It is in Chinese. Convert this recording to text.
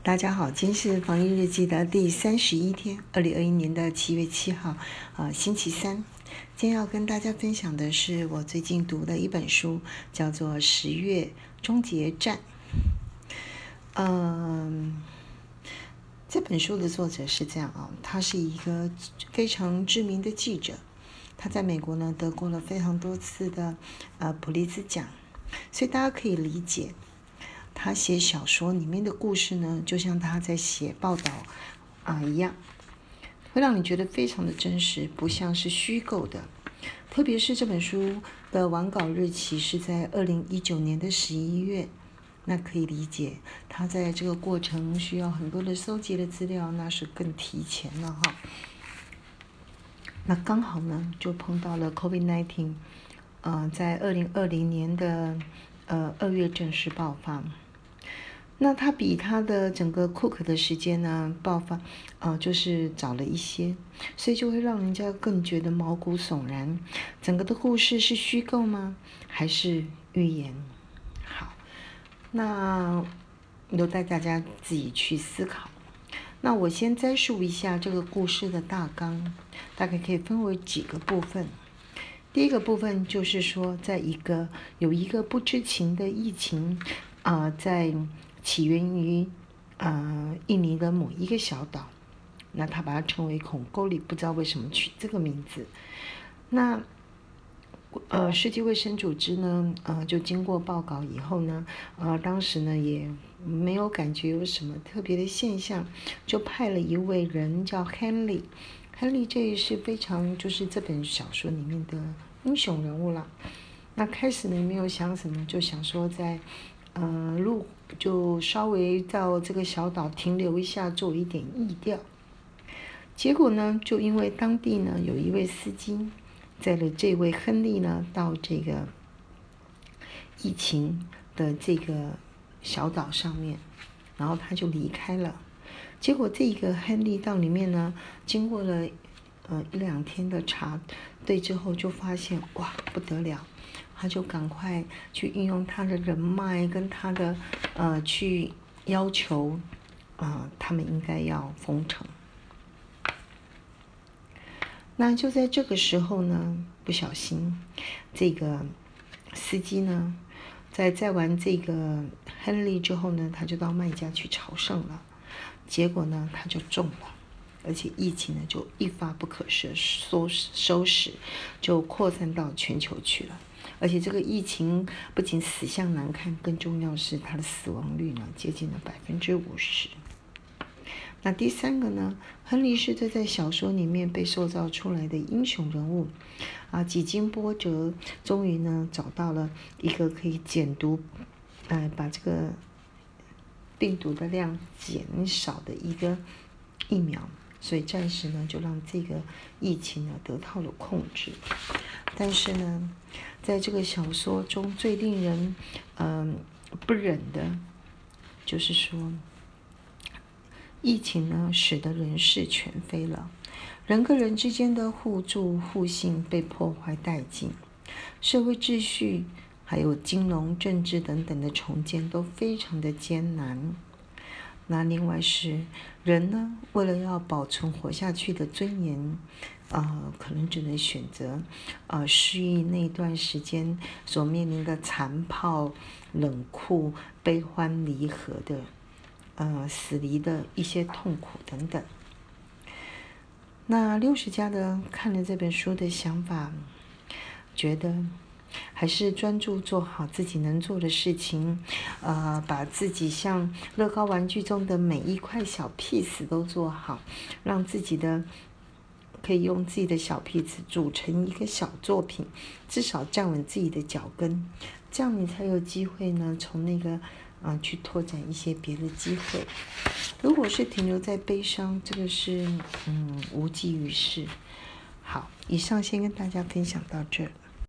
大家好，今天是防疫日记的第31天，2021年的7月7号，星期三。今天要跟大家分享的是我最近读的一本书，叫做《10月终结战》。这本书的作者是这样啊，他是一个非常知名的记者，他在美国呢得过了非常多次的普利兹奖，所以大家可以理解。他写小说里面的故事呢，就像他在写报道一样，会让你觉得非常的真实，不像是虚构的。特别是这本书的完稿日期是在2019年的11月，那可以理解他在这个过程需要很多的收集的资料，那是更提前了哈。那刚好呢，就碰到了 COVID-19，在2020年的2月正式爆发。那他比他的整个 Cook 的时间呢爆发，就是早了一些，所以就会让人家更觉得毛骨悚然。整个的故事是虚构吗？还是预言？好，那留待大家自己去思考。那我先摘述一下这个故事的大纲，大概可以分为几个部分。第一个部分就是说，有一个不知情的疫情，在起源于印尼的某一个小岛，那他把它称为孔沟里，不知道为什么取这个名字。那世界卫生组织呢，就经过报告以后呢，当时呢也没有感觉有什么特别的现象，就派了一位人叫 Henry。Henry 这也是非常就是这本小说里面的英雄人物啦。那开始呢没有想什么，就想说在就稍微到这个小岛停留一下，做一点疫调。结果呢，就因为当地呢有一位司机载了这位亨利呢到这个疫情的这个小岛上面，然后他就离开了。结果这个亨利到里面呢，经过了1-2天的查对之后，就发现哇不得了。他就赶快去运用他的人脉跟他的去要求他们应该要封城。那就在这个时候呢，不小心这个司机呢在载完这个亨利之后呢，他就到麦加去朝圣了。结果呢他就中了，而且疫情呢就一发不可收拾，就扩散到全球去了。而且这个疫情不仅死相难看，更重要是它的死亡率呢接近了50%。那第三个呢，亨利是在小说里面被塑造出来的英雄人物几经波折，终于呢找到了一个可以减毒把这个病毒的量减少的一个疫苗，所以暂时呢就让这个疫情呢得到了控制。但是呢，在这个小说中最令人不忍的，就是说，疫情呢使得人事全非了，人跟人之间的互助互信被破坏殆尽，社会秩序还有金融政治等等的重建都非常的艰难。那另外是人呢，为了要保存活下去的尊严，可能只能选择适应那段时间所面临的残暴、冷酷、悲欢离合的死离的一些痛苦等等。那60家的看了这本书的想法，觉得还是专注做好自己能做的事情，把自己像乐高玩具中的每一块小 piece 都做好，让自己的可以用自己的小 piece 组成一个小作品，至少站稳自己的脚跟，这样你才有机会呢从那个去拓展一些别的机会。如果是停留在悲伤，这个是无济于事。好，以上先跟大家分享到这儿。